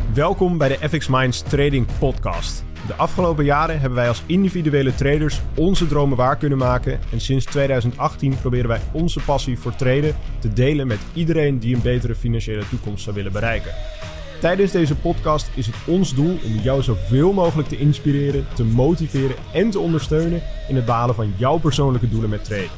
Welkom bij de FX Minds Trading Podcast. De afgelopen jaren hebben wij als individuele traders onze dromen waar kunnen maken en sinds 2018 proberen wij onze passie voor traden te delen met iedereen die een betere financiële toekomst zou willen bereiken. Tijdens deze podcast is het ons doel om jou zoveel mogelijk te inspireren, te motiveren en te ondersteunen in het behalen van jouw persoonlijke doelen met traden.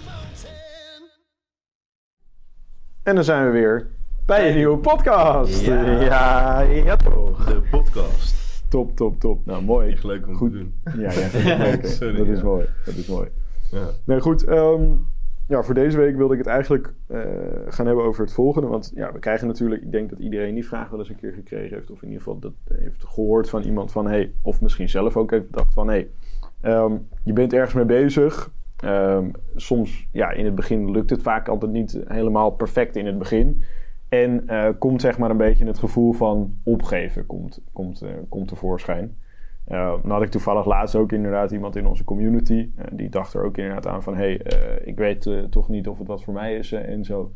En dan zijn we weer bij een nieuwe podcast. Ja toch. De podcast. Top. Nou, mooi. Echt leuk om goed te doen. Ja, Sorry, dat is mooi. Ja. Nee, goed. Voor deze week wilde ik het eigenlijk gaan hebben over het volgende. Want ja, we krijgen natuurlijk, ik denk dat iedereen die vraag wel eens een keer gekregen heeft. Of in ieder geval dat heeft gehoord van iemand van, hey, of misschien zelf ook heeft gedacht van, hey, je bent ergens mee bezig. Soms, ja, in het begin lukt het vaak altijd niet helemaal perfect in het begin. En komt zeg maar een beetje het gevoel van opgeven komt tevoorschijn. Dan had ik toevallig laatst ook inderdaad iemand in onze community. Die dacht er ook inderdaad aan van, hey, ik weet toch niet of het wat voor mij is en zo.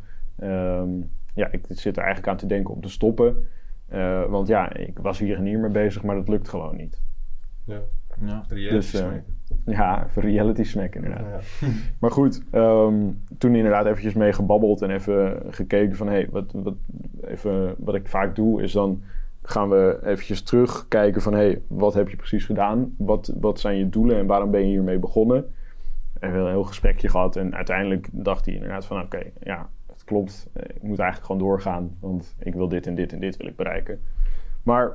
Ik zit er eigenlijk aan te denken om te stoppen. Want ja, ik was hier en hier mee bezig, maar dat lukt gewoon niet. Ja. Reality smack. Ja, voor reality smack inderdaad. Ja. Maar goed, toen inderdaad eventjes mee gebabbeld en even gekeken van, hey, wat ik vaak doe is dan gaan we eventjes terugkijken van, hey, wat heb je precies gedaan? Wat zijn je doelen en waarom ben je hiermee begonnen? We hebben een heel gesprekje gehad en uiteindelijk dacht hij inderdaad van, oké, ja, het klopt. Ik moet eigenlijk gewoon doorgaan, want ik wil dit en dit en dit wil ik bereiken. Maar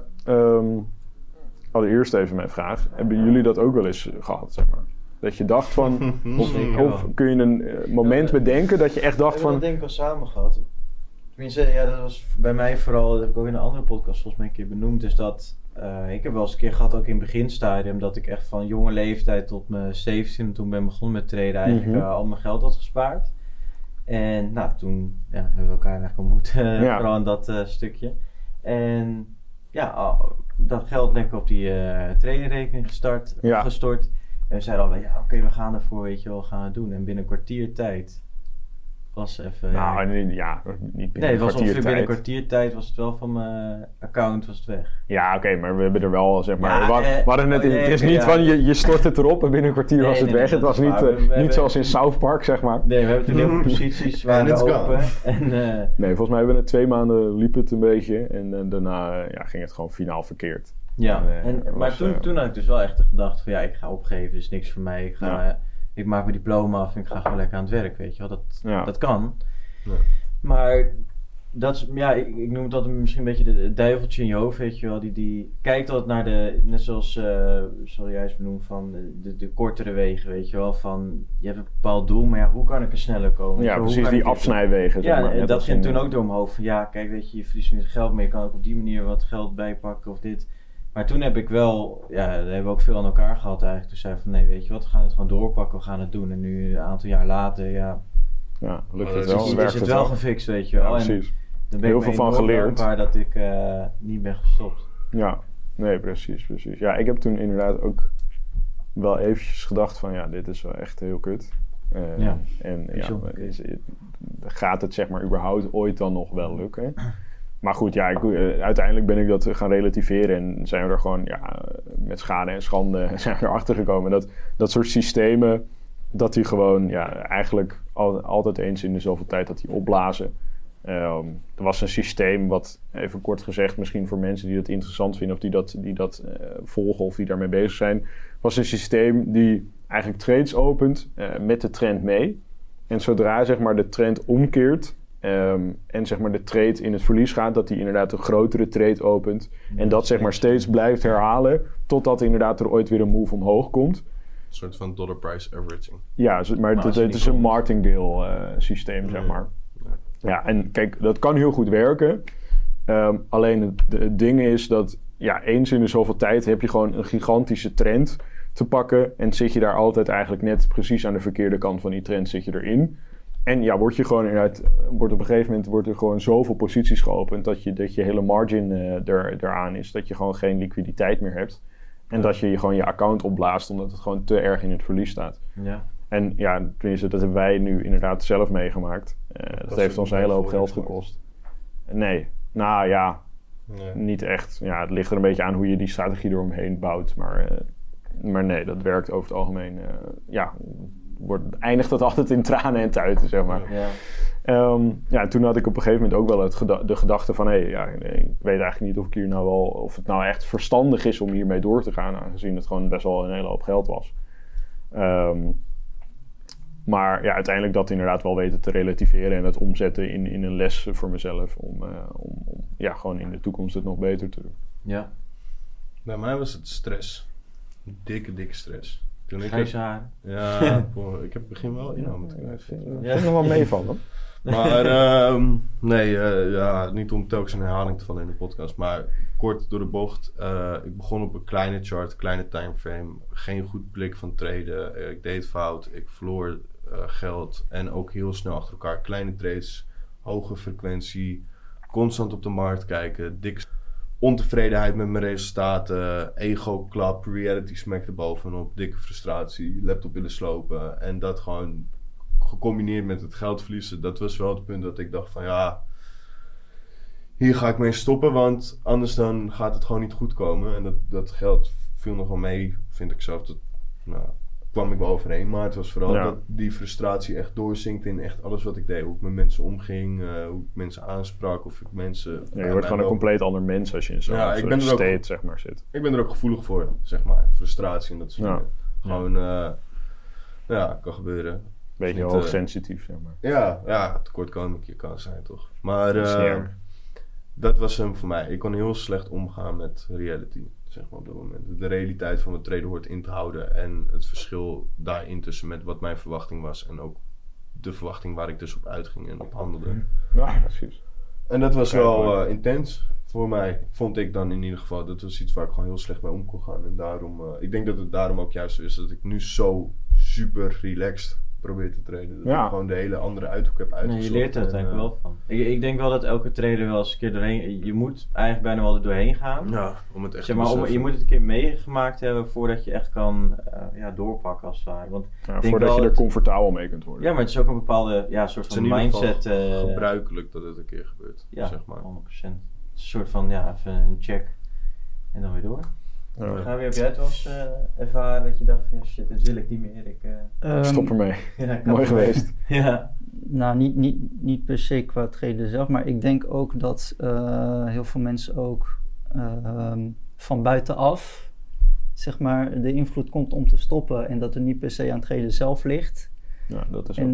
allereerst even mijn vraag. Hebben jullie dat ook wel eens gehad, zeg maar? Dat je dacht van, of kun je een moment bedenken dat je echt dacht van... Dat denk ik wel samen gehad. Tenminste, ja, dat was bij mij vooral, dat heb ik ook in een andere podcast volgens mij een keer benoemd, is dat ik heb wel eens een keer gehad, ook in het beginstadium, dat ik echt van jonge leeftijd tot mijn 17, toen ben begonnen met traden, eigenlijk al mijn geld had gespaard. En nou, toen hebben we elkaar eigenlijk ontmoet, vooral in dat stukje. En ja, dat geld lekker op die traderekening gestort. En we zeiden al, oké, we gaan ervoor, weet je wel, gaan het doen. En binnen een kwartiertijd was even... niet binnen een kwartiertijd. Binnen een kwartiertijd was het wel van mijn account was het weg. Ja, oké, maar we hebben er wel, zeg maar... we hadden het is niet van, je stort het erop en binnen een kwartier was het weg. Het was niet zoals in South Park, zeg maar. Nee, we hebben toen heel veel posities waren open. Nee, volgens mij hebben we 2 maanden liep het een beetje. En daarna ging het gewoon finaal verkeerd. Ja, maar toen had ik dus wel echt de gedachte van, ik ga opgeven, is niks voor mij. Ik maak mijn diploma af en ik ga gewoon lekker aan het werk, weet je wel. Dat kan. Ja. Maar dat is, ik noem dat misschien een beetje de duiveltje in je hoofd, weet je wel. Die kijkt altijd naar net zoals juist benoemd van de kortere wegen, weet je wel. Van, je hebt een bepaald doel, maar hoe kan ik er sneller komen? Ja, precies, die afsnijwegen. Ja, en dat ging toen ook door mijn hoofd van, kijk, weet je verliest nu geld, maar je kan ook op die manier wat geld bijpakken of dit. Maar toen heb ik wel, daar hebben we ook veel aan elkaar gehad eigenlijk. Toen zei ik van, nee, weet je wat, we gaan het gewoon doorpakken, we gaan het doen. En nu, een aantal jaar later, lukt het wel. Is het wel gefixt, weet je wel. Ja, precies. En dan ben heel ik veel van geleerd. Dat ik niet ben gestopt. Ja, nee, precies. Ja, ik heb toen inderdaad ook wel eventjes gedacht van, dit is wel echt heel kut. Gaat het zeg maar überhaupt ooit dan nog wel lukken? Maar goed, uiteindelijk ben ik dat gaan relativeren en zijn we er gewoon met schade en schande zijn we erachter gekomen. Dat soort systemen, dat die gewoon eigenlijk altijd eens in de zoveel tijd dat die opblazen. Er was een systeem wat, even kort gezegd, misschien voor mensen die dat interessant vinden of die dat volgen of die daarmee bezig zijn, was een systeem die eigenlijk trades opent met de trend mee. En zodra zeg maar de trend omkeert, en zeg maar de trade in het verlies gaat, dat die inderdaad een grotere trade opent. En dat zeg maar steeds blijft herhalen, totdat inderdaad er ooit weer een move omhoog komt. Een soort van dollar price averaging. Ja, maar het is een martingale systeem, zeg maar. Ja, en kijk, dat kan heel goed werken. Alleen het ding is dat, eens in de zoveel tijd heb je gewoon een gigantische trend te pakken. En zit je daar altijd eigenlijk net precies aan de verkeerde kant van die trend zit je erin. En wordt op een gegeven moment wordt er gewoon zoveel posities geopend dat je hele margin eraan is. Dat je gewoon geen liquiditeit meer hebt. En dat je gewoon je account opblaast omdat het gewoon te erg in het verlies staat. Ja. En tenminste, dat hebben wij nu inderdaad zelf meegemaakt. Dat heeft ons een hele hoop geld gekost. Nee, niet echt. Ja, het ligt er een beetje aan hoe je die strategie eromheen bouwt. Maar nee, dat werkt over het algemeen. Eindigt dat altijd in tranen en tuiten, zeg maar. Toen had ik op een gegeven moment ook wel de gedachte van... ik weet eigenlijk niet of het nou echt verstandig is om hiermee door te gaan... aangezien het gewoon best wel een hele hoop geld was. Maar ja, uiteindelijk dat inderdaad wel weten te relativeren... en het omzetten in een les voor mezelf... om gewoon in de toekomst het nog beter te doen. Ja. Bij mij was het stress. Dikke stress. Grijze haar. Ja, ik heb het begin wel inhoud moeten krijgen. Ik vind nog wel meevallen. Maar niet om telkens een herhaling te vallen in de podcast, maar kort door de bocht. Ik begon op een kleine chart, kleine timeframe, geen goed blik van traden. Ik deed fout, ik verloor geld en ook heel snel achter elkaar. Kleine trades, hoge frequentie, constant op de markt kijken, dik ontevredenheid met mijn resultaten, ego-klap, reality smack erbovenop, dikke frustratie, laptop willen slopen en dat gewoon gecombineerd met het geld verliezen. Dat was wel het punt dat ik dacht van hier ga ik mee stoppen, want anders dan gaat het gewoon niet goed komen. En dat geld viel nog wel mee, vind ik zelf. Kwam ik wel overheen, maar het was vooral dat die frustratie echt doorzinkt in echt alles wat ik deed. Hoe ik met mensen omging, hoe ik mensen aansprak, of ik mensen... Ja, je wordt gewoon een compleet ander mens als je in zo'n state zeg maar, zit. Ik ben er ook gevoelig voor, zeg maar. Frustratie en dat soort dingen. Gewoon, kan gebeuren. Beetje hoogsensitief, zeg maar. Ja, tekortkoming kan zijn, toch. Maar dat was hem voor mij. Ik kon heel slecht omgaan met reality. Zeg maar op dat moment. De realiteit van wat traden hoort in te houden en het verschil daarin tussen met wat mijn verwachting was en ook de verwachting waar ik dus op uitging en op handelde. Ja, precies. En dat was wel intens voor mij, vond ik dan in ieder geval. Dat was iets waar ik gewoon heel slecht mee om kon gaan en daarom, ik denk dat het daarom ook juist is dat ik nu zo super relaxed probeer te traden. Dat ik gewoon de hele andere uithoek heb uitgezocht. Je leert er uiteindelijk wel van. Ik denk wel dat elke trader wel eens een keer doorheen... Je moet eigenlijk bijna wel er doorheen gaan. Ja, om het echt zeg maar, je moet het een keer meegemaakt hebben voordat je echt kan doorpakken als het ware. Want voordat je er comfortabel mee kunt worden. Ja, maar het is ook een bepaalde soort van mindset. Gebruikelijk dat het een keer gebeurt. Ja, zeg maar. 100%. Het is een soort van even een check en dan weer door. Gabi, heb jij het wel eens ervaren dat je dacht van shit, dit wil ik niet meer. Stop ermee. Mooi geweest. Ja. Nou, niet per se qua traden zelf, maar ik denk ook dat heel veel mensen ook van buitenaf, zeg maar, de invloed komt om te stoppen en dat het niet per se aan het traden zelf ligt. Ja, dat is ook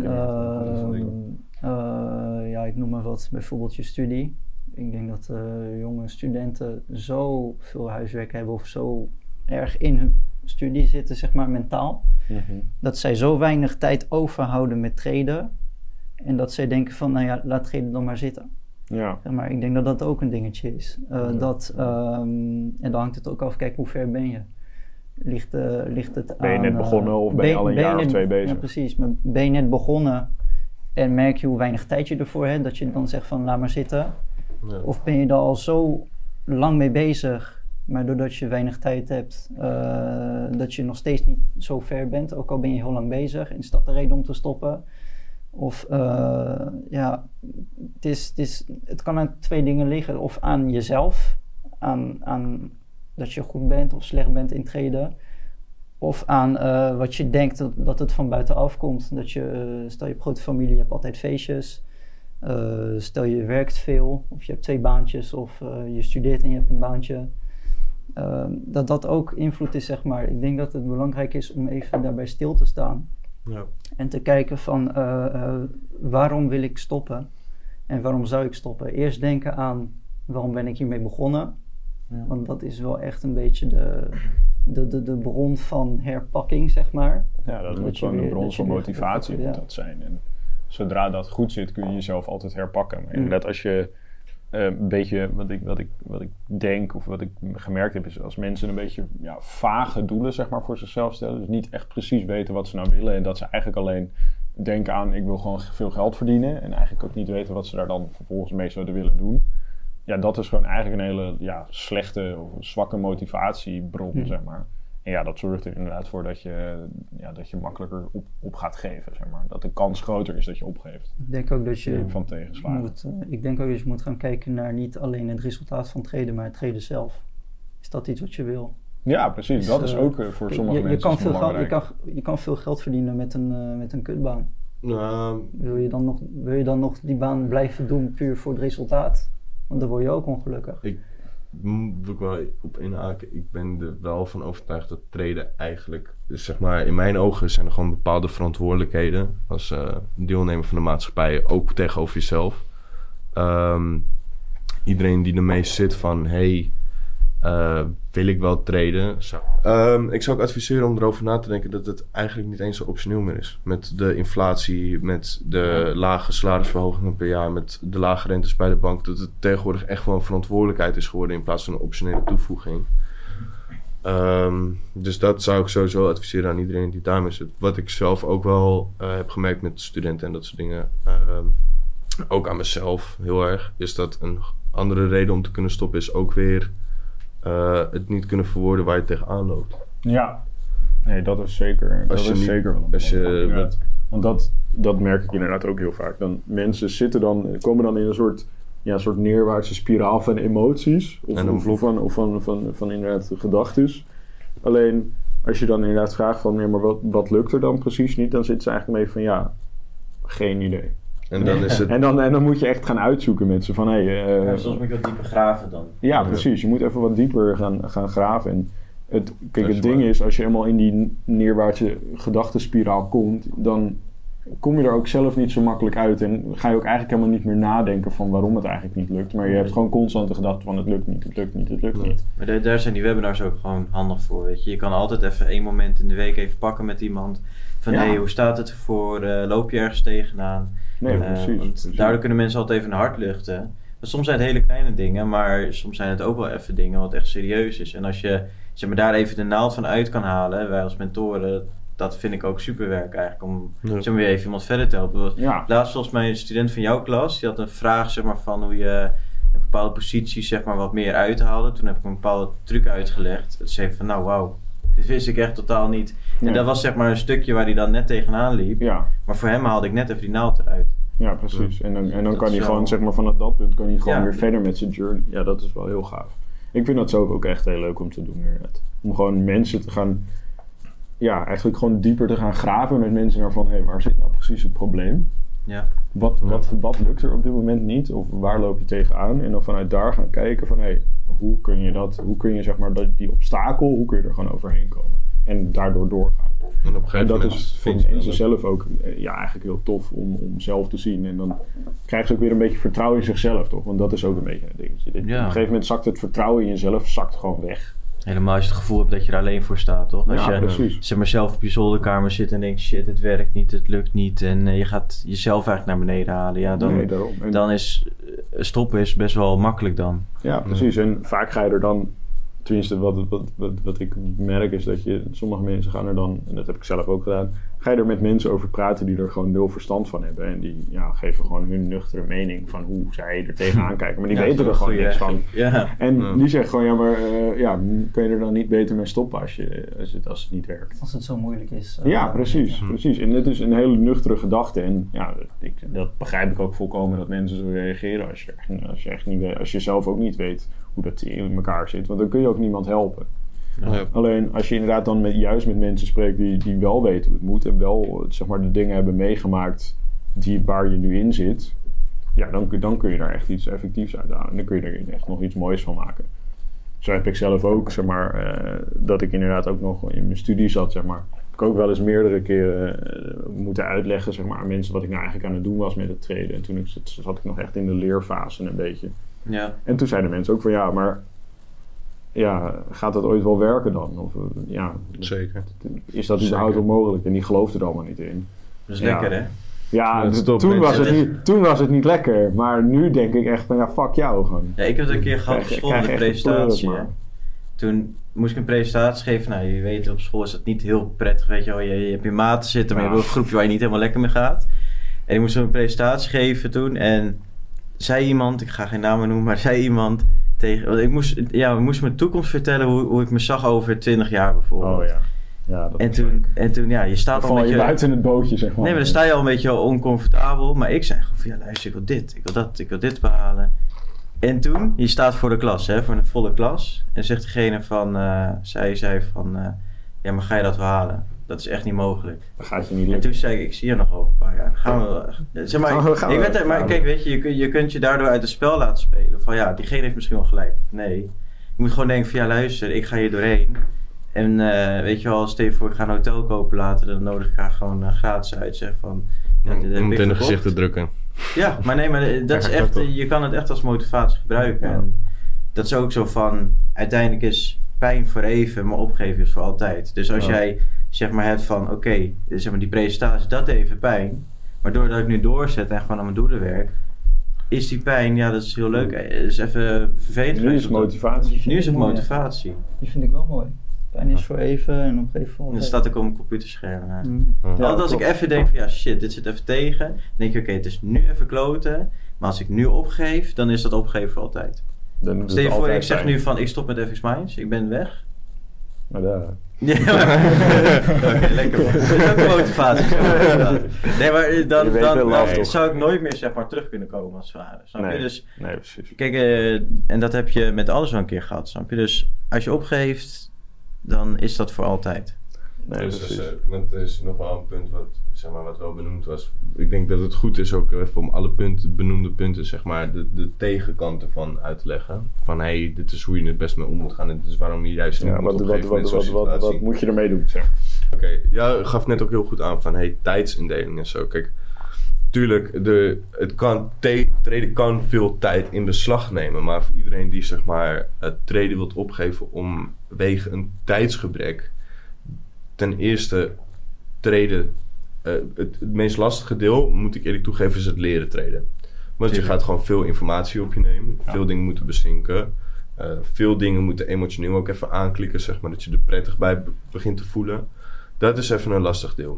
ik noem maar wat, bijvoorbeeld je studie. Ik denk dat jonge studenten zoveel huiswerk hebben of zo erg in hun studie zitten, zeg maar, mentaal. Mm-hmm. Dat zij zo weinig tijd overhouden met traden. En dat zij denken van, laat traden dan maar zitten. Ja. Zeg maar, ik denk dat dat ook een dingetje is. En dan hangt het ook af, kijk, hoe ver ben je? Ligt het aan... Ben je net begonnen of ben je al een jaar of 2 bezig? Ja, precies. Maar ben je net begonnen en merk je hoe weinig tijd je ervoor hebt, dat je dan zegt van, laat maar zitten. Ja. Of ben je er al zo lang mee bezig, maar doordat je weinig tijd hebt, dat je nog steeds niet zo ver bent, ook al ben je heel lang bezig, en is dat de reden om te stoppen? Of het kan aan 2 dingen liggen, of aan jezelf, aan dat je goed bent of slecht bent in traden, of aan wat je denkt dat het van buitenaf komt. Dat je, stel je hebt grote familie, je hebt altijd feestjes. Stel je werkt veel, of je hebt 2 baantjes, of je studeert en je hebt een baantje. Dat ook invloed is, zeg maar. Ik denk dat het belangrijk is om even daarbij stil te staan. Ja. En te kijken van waarom wil ik stoppen? En waarom zou ik stoppen? Eerst denken aan waarom ben ik hiermee begonnen? Ja. Want dat is wel echt een beetje de bron van herpakking, zeg maar. Ja, dat moet gewoon een bron van motivatie moet dat zijn. En zodra dat goed zit, kun je jezelf altijd herpakken. Maar inderdaad, als je een beetje, wat ik denk of wat ik gemerkt heb, is als mensen een beetje vage doelen, zeg maar, voor zichzelf stellen. Dus niet echt precies weten wat ze nou willen. En dat ze eigenlijk alleen denken aan, ik wil gewoon veel geld verdienen. En eigenlijk ook niet weten wat ze daar dan vervolgens mee zouden willen doen. Ja, dat is gewoon eigenlijk een hele slechte of zwakke motivatiebron, zeg maar. En ja, dat zorgt er inderdaad voor dat je makkelijker op gaat geven, zeg maar. Dat de kans groter is dat je opgeeft. Ik denk ook dat je van tegenslagen. moet gaan kijken naar niet alleen het resultaat van traden, maar het traden zelf. Is dat iets wat je wil? Ja, precies. Dus, dat is ook voor sommige mensen belangrijk. Je kan veel geld verdienen met een kutbaan. Wil je dan nog die baan blijven doen puur voor het resultaat? Want dan word je ook ongelukkig. Ik wil wel op inhaken. Ik ben er wel van overtuigd dat traden eigenlijk... Dus zeg maar, in mijn ogen zijn er gewoon bepaalde verantwoordelijkheden als deelnemer van de maatschappij, ook tegenover jezelf. Iedereen die ermee zit van, wil ik wel traden? Ik zou ook adviseren om erover na te denken dat het eigenlijk niet eens zo optioneel meer is. Met de inflatie, met de lage salarisverhogingen per jaar, met de lage rentes bij de bank, dat het tegenwoordig echt wel een verantwoordelijkheid is geworden in plaats van een optionele toevoeging. Dus dat zou ik sowieso adviseren aan iedereen die daarmee zit. Wat ik zelf ook wel heb gemerkt met studenten en dat soort dingen, ook aan mezelf heel erg, is dat een andere reden om te kunnen stoppen is ook weer het niet kunnen verwoorden waar je tegenaan loopt. Ja, nee, dat is zeker. Want dat merk ik inderdaad ook heel vaak. Dan mensen komen dan in een soort neerwaartse spiraal van emoties van inderdaad gedachtes. Alleen als je dan inderdaad vraagt van, ja, maar wat lukt er dan precies niet, dan zitten ze eigenlijk mee van, ja, geen idee. En dan is het... en dan moet je echt gaan uitzoeken met ze van, soms moet je wat dieper graven dan. Ja, precies. Je moet even wat dieper gaan graven. En het ding is, als je helemaal in die neerwaartse gedachtenspiraal komt, dan kom je er ook zelf niet zo makkelijk uit. En ga je ook eigenlijk helemaal niet meer nadenken van waarom het eigenlijk niet lukt. Maar je hebt gewoon constant de gedachte van het lukt niet. Maar daar zijn die webinars ook gewoon handig voor, weet je. Je kan altijd even 1 moment in de week even pakken met iemand. Van hoe staat het ervoor? Loop je ergens tegenaan? Nee, precies. Want daardoor kunnen mensen altijd even een hart luchten. Want soms zijn het hele kleine dingen, maar soms zijn het ook wel even dingen wat echt serieus is. En als je daar even de naald van uit kan halen, wij als mentoren, dat vind ik ook superwerk eigenlijk, om weer even iemand verder te helpen. Laatst volgens mij een student van jouw klas, die had een vraag van hoe je een bepaalde positie wat meer uithaalde. Toen heb ik een bepaalde truc uitgelegd. Het zei van, nou wauw, dit wist ik echt totaal niet. En dat was een stukje waar hij dan net tegenaan liep. Ja. Maar voor hem haalde ik net even die naald eruit. Ja, precies. En dan kan hij gewoon, vanaf dat punt kan hij gewoon weer verder met zijn journey. Ja, dat is wel heel gaaf. Ik vind dat zelf ook echt heel leuk om te doen. Inderdaad. Om gewoon mensen te gaan, eigenlijk gewoon dieper te gaan graven met mensen naar van, waar zit nou precies het probleem? Ja. Wat lukt er op dit moment niet? Of waar loop je tegenaan? En dan vanuit daar gaan kijken van, hoe kun je die obstakel, hoe kun je er gewoon overheen komen? En daardoor doorgaan. En dat is voor mensen zelf ook eigenlijk heel tof om zelf te zien. En dan krijgen ze ook weer een beetje vertrouwen in zichzelf, toch? Want dat is ook een beetje een dingetje. Op een gegeven moment zakt het vertrouwen in jezelf gewoon weg. Helemaal als je het gevoel hebt dat je er alleen voor staat, toch? Als je precies. Zelf op je zolderkamer zit en denkt, shit, het werkt niet, het lukt niet. En je gaat jezelf eigenlijk naar beneden halen. Ja, dan is stoppen is best wel makkelijk dan. Ja, precies. En vaak ga je er dan, tenminste wat ik merk is dat sommige mensen gaan er dan, en dat heb ik zelf ook gedaan, ga je er met mensen over praten die er gewoon 0 verstand van hebben. En die geven gewoon hun nuchtere mening van hoe zij er tegenaan kijken. Maar die weten er gewoon niks van. Ja. En die zeggen gewoon, kun je er dan niet beter mee stoppen als het niet werkt. Als het zo moeilijk is. Precies. En dit is een hele nuchtere gedachte. En dat begrijp ik ook volkomen dat mensen zo reageren als je zelf ook niet weet hoe dat in elkaar zit. Want dan kun je ook niemand helpen. Ja. Alleen als je inderdaad dan juist met mensen spreekt die wel weten hoe het moet en wel de dingen hebben meegemaakt waar je nu in zit, dan kun je daar echt iets effectiefs uit halen. En dan kun je er echt nog iets moois van maken. Zo heb ik zelf ook, dat ik inderdaad ook nog in mijn studie zat, heb ik ook wel eens meerdere keren moeten uitleggen, aan mensen wat ik nou eigenlijk aan het doen was met het traden. En toen zat ik nog echt in de leerfase een beetje. Ja. En toen zeiden mensen ook van, maar gaat dat ooit wel werken dan? Of, zeker. Is dat überhaupt onmogelijk? En die geloofde er allemaal niet in. Dat is lekker, hè? Ja, toen was het niet lekker. Maar nu denk ik echt van, fuck jou gewoon. Ja, ik heb het een keer gehad op school met een presentatie. Toen moest ik een presentatie geven. Nou, je weet, op school is dat niet heel prettig. Weet je wel, je hebt je maten zitten, maar je hebt een groepje waar je niet helemaal lekker mee gaat. En ik moest een presentatie geven toen. En zei iemand, ik ga geen namen noemen, maar zei iemand Want we moesten mijn toekomst vertellen hoe ik me zag over 20 jaar bijvoorbeeld. Oh ja. Ja, dat en toen, je staat al een beetje... buiten het bootje, zeg maar. Nee, maar dan sta je al een beetje oncomfortabel. Maar ik zei gewoon van, luister, ik wil dit, ik wil dat, ik wil dit behalen. En toen, je staat voor de klas, voor een volle klas. En zegt degene van, zij zei van, ja, maar ga je dat behalen? Dat is echt niet mogelijk. Dat gaat je niet lukken. En toen zei ik zie je nog over een paar jaar. Gaan we wel. Zeg maar, maar kijk, weet je kunt je daardoor uit het spel laten spelen. Van ja, diegene heeft misschien wel gelijk. Nee. Je moet gewoon denken van, ja, luister, ik ga hier doorheen. En weet je wel, stel je voor, ik ga een hotel kopen later, dan nodig ik haar gewoon gratis uit. Zeg van, om het in de gezicht te drukken. Ja, maar dat is echt, je kan het echt als motivatie gebruiken. En dat is ook zo van, uiteindelijk is pijn voor even, maar opgeven is voor altijd. Dus als jij zeg maar hebt van, oké, zeg maar die presentatie, dat even pijn. Maar doordat ik nu doorzet en gewoon aan mijn doelen werk, is die pijn, ja, dat is heel leuk. Het is even vervelend. Nu is het motivatie. Nu is het motivatie. Die vind ik wel mooi. Pijn is voor even en op even voor. En dan staat ik op mijn computerscherm. Altijd als ik even denk van, ja shit, dit zit even tegen. Dan denk je, oké, het is nu even kloten. Maar als ik nu opgeef, dan is dat opgeven voor altijd. Stel je voor, ik zeg nu van, ik stop met FX Minds, ik ben weg. Maar daar... Ja, oké, lekker. Dat is ook een motivatie. Nee, maar dan zou ik nooit meer zeg maar terug kunnen komen als het ware. Snap je? Dus, nee, precies. Kijk, en dat heb je met alles wel een keer gehad, snap je? Dus als je opgeeft, dan is dat voor altijd. Nee, want er is nog wel een punt wat wel benoemd was. Ik denk dat het goed is ook even om alle benoemde punten, zeg maar, de tegenkant ervan uit te leggen. Van hey, dit is hoe je het best mee om moet gaan en dit is waarom je juist niet moet opgeven. Wat moet je ermee doen, zeg? Oké, ja, gaf net ook heel goed aan van hey, tijdsindeling en zo. Kijk, tuurlijk, treden kan veel tijd in beslag nemen, maar voor iedereen die zeg maar het treden wilt opgeven omwege een tijdsgebrek, ten eerste treden, het meest lastige deel, moet ik eerlijk toegeven, is het leren treden. Want je gaat gewoon veel informatie op je nemen, veel dingen moeten bezinken, veel dingen moeten emotioneel ook even aanklikken, zeg maar, dat je er prettig bij begint te voelen. Dat is even een lastig deel.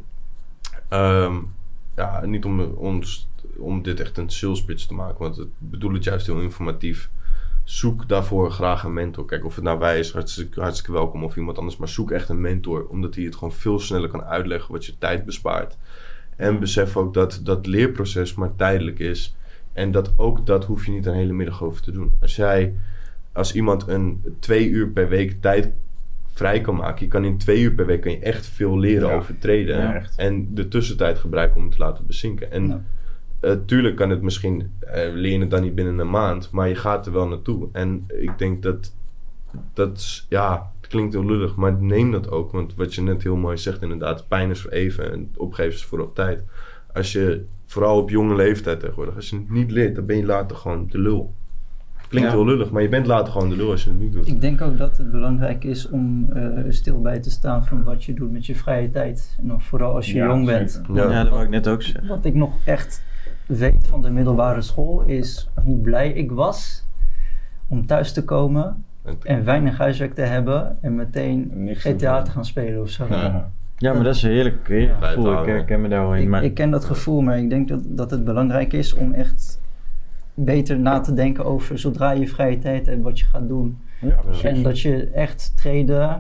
Niet om dit echt een sales pitch te maken, want ik bedoel het juist heel informatief. Zoek daarvoor graag een mentor. Kijk, of het nou wij is, hartstikke welkom of iemand anders. Maar zoek echt een mentor. Omdat hij het gewoon veel sneller kan uitleggen wat je tijd bespaart. En besef ook dat dat leerproces maar tijdelijk is. En dat hoef je niet een hele middag over te doen. Als iemand 2 uur per week tijd vrij kan maken. Je kan in 2 uur per week echt veel leren over traden. Ja, en de tussentijd gebruiken om het te laten bezinken. En tuurlijk kan het misschien, leer je het dan niet binnen een maand, maar je gaat er wel naartoe. En ik denk dat het klinkt heel lullig, maar neem dat ook. Want wat je net heel mooi zegt inderdaad, pijn is voor even en opgeven is voor op tijd. Als je, vooral op jonge leeftijd tegenwoordig, als je het niet leert, dan ben je later gewoon de lul. Klinkt heel lullig, maar je bent later gewoon de lul als je het niet doet. Ik denk ook dat het belangrijk is om stil bij te staan van wat je doet met je vrije tijd. En dan vooral als je jong bent. Ja, dat wou ik net ook zeggen. Wat ik nog echt weet van de middelbare school is hoe blij ik was om thuis te komen en weinig huiswerk te hebben en meteen GTA te gaan spelen of zo. Ja, maar dat is een heerlijk gevoel. Ik herken me daar wel in. Ik ken dat gevoel, maar ik denk dat het belangrijk is om echt beter na te denken over zodra je vrije tijd hebt wat je gaat doen. Ja, en dat je echt traden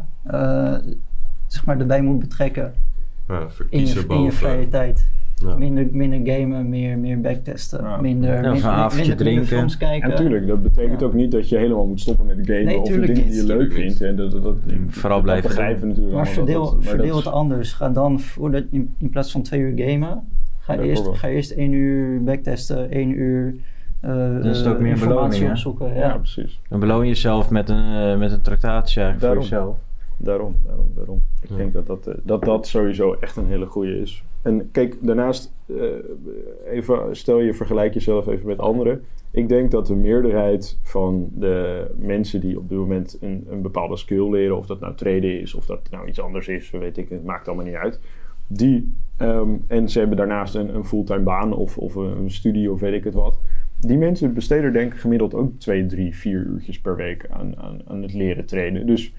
zeg maar erbij moet betrekken in je vrije tijd. Ja. Minder gamen, meer backtesten, minder drinken. Films kijken. En natuurlijk, dat betekent ook niet dat je helemaal moet stoppen met gamen of de dingen die je leuk vindt. En dat vooral blijven begrijpen natuurlijk. Maar verdeel het anders. Ga dan in plaats van 2 uur gamen, ga eerst 1 uur backtesten, 1 uur dan is het ook meer informatie opzoeken. Ja, precies. Dan beloon je jezelf met een tractatie voor jezelf. Daarom. Ik denk dat sowieso echt een hele goeie is. En kijk, daarnaast, vergelijk jezelf even met anderen. Ik denk dat de meerderheid van de mensen die op dit moment een bepaalde skill leren, of dat nou traden is, of dat nou iets anders is, weet ik, het maakt allemaal niet uit. En ze hebben daarnaast een fulltime baan of een studie of weet ik het wat. Die mensen besteden denk ik gemiddeld ook 2, 3, 4 uurtjes per week aan het leren trainen. Dus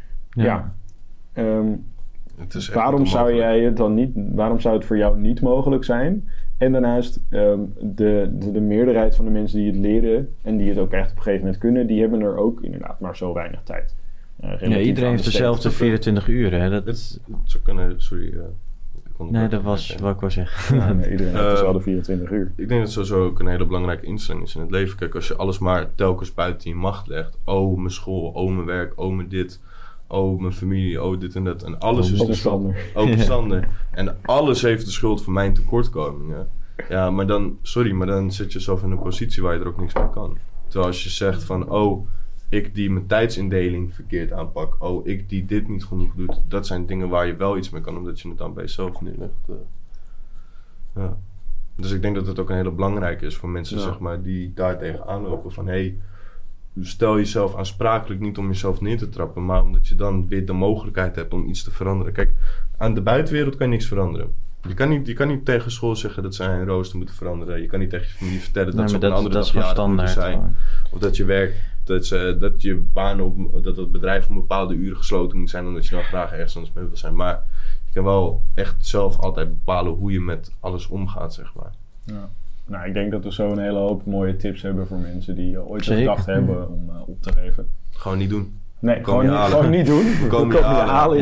waarom zou het voor jou niet mogelijk zijn En daarnaast, de meerderheid van de mensen die het leren en die het ook echt op een gegeven moment kunnen, die hebben er ook inderdaad maar zo weinig tijd. Iedereen heeft dezelfde 24 uur. Hè? Dat zou kunnen, sorry. Nee, dat was wat ik wou zeggen. Ja, nee, iedereen heeft dezelfde 24 uur. Ik denk dat het sowieso ook een hele belangrijke instelling is in het leven. Kijk, als je alles maar telkens buiten je macht legt. Oh, mijn school, oh, mijn werk, oh, mijn dit. Oh, mijn familie, oh, dit en dat. En alles is de schuld. Ook Sander. En alles heeft de schuld van mijn tekortkomingen. Ja, maar dan zit je zelf in een positie waar je er ook niks mee kan. Terwijl als je zegt van, oh, ik die mijn tijdsindeling verkeerd aanpak. Oh, ik die dit niet genoeg doe. Dat zijn dingen waar je wel iets mee kan, omdat je het dan bij jezelf neerlegt. Ja. Dus ik denk dat het ook een hele belangrijke is voor mensen, zeg maar, die daar tegenaan lopen. Van, hey, stel jezelf aansprakelijk niet om jezelf neer te trappen, maar omdat je dan weer de mogelijkheid hebt om iets te veranderen. Kijk, aan de buitenwereld kan je niks veranderen. Je kan niet tegen school zeggen dat zij een rooster moeten veranderen. Je kan niet tegen je familie vertellen dat ze op een andere dag jarig moeten zijn. Of dat je werkt, dat je baan dat het bedrijf om bepaalde uren gesloten moet zijn, omdat je dan graag ergens anders mee wil zijn. Maar je kan wel echt zelf altijd bepalen hoe je met alles omgaat, zeg maar. Ja. Nou, ik denk dat we zo een hele hoop mooie tips hebben voor mensen die ooit gedacht hebben om op te geven. Gewoon niet doen. Nee, gewoon niet doen. We komen je halen.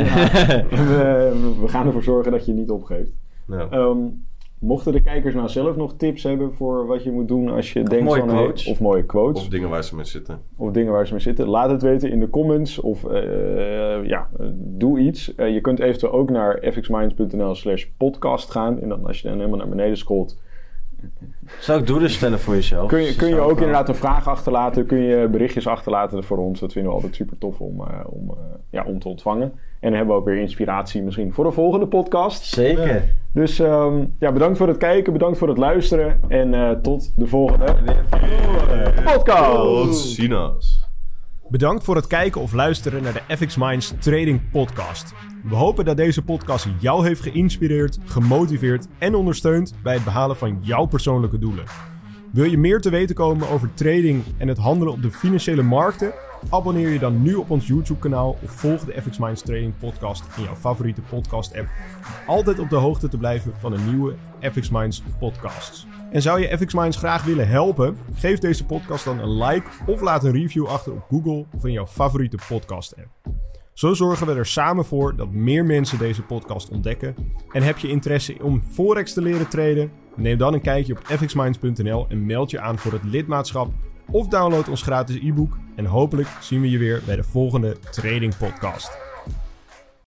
We gaan ervoor zorgen dat je niet opgeeft. Ja. Mochten de kijkers nou zelf nog tips hebben voor wat je moet doen als je denkt mooie van... quotes. Of mooie quotes. Of dingen waar ze mee zitten. Laat het weten in de comments. Of doe iets. Je kunt eventueel ook naar fxminds.nl/podcast gaan. En dan als je dan helemaal naar beneden scrolt... Zou ik doelen stellen voor jezelf? Kun je ook inderdaad een vraag achterlaten. Kun je berichtjes achterlaten voor ons. Dat vinden we altijd super tof om te ontvangen. En dan hebben we ook weer inspiratie misschien voor de volgende podcast. Zeker. Ja. Dus bedankt voor het kijken. Bedankt voor het luisteren. En tot de volgende podcast. Bedankt voor het kijken of luisteren naar de FX Minds Trading Podcast. We hopen dat deze podcast jou heeft geïnspireerd, gemotiveerd en ondersteund bij het behalen van jouw persoonlijke doelen. Wil je meer te weten komen over trading en het handelen op de financiële markten? Abonneer je dan nu op ons YouTube kanaal of volg de FX Minds Trading Podcast in jouw favoriete podcast app. Om altijd op de hoogte te blijven van de nieuwe FX Minds podcasts. En zou je FX Minds graag willen helpen? Geef deze podcast dan een like of laat een review achter op Google of in jouw favoriete podcast app. Zo zorgen we er samen voor dat meer mensen deze podcast ontdekken. En heb je interesse om Forex te leren traden? Neem dan een kijkje op fxminds.nl en meld je aan voor het lidmaatschap. Of download ons gratis e-book. En hopelijk zien we je weer bij de volgende Trading Podcast.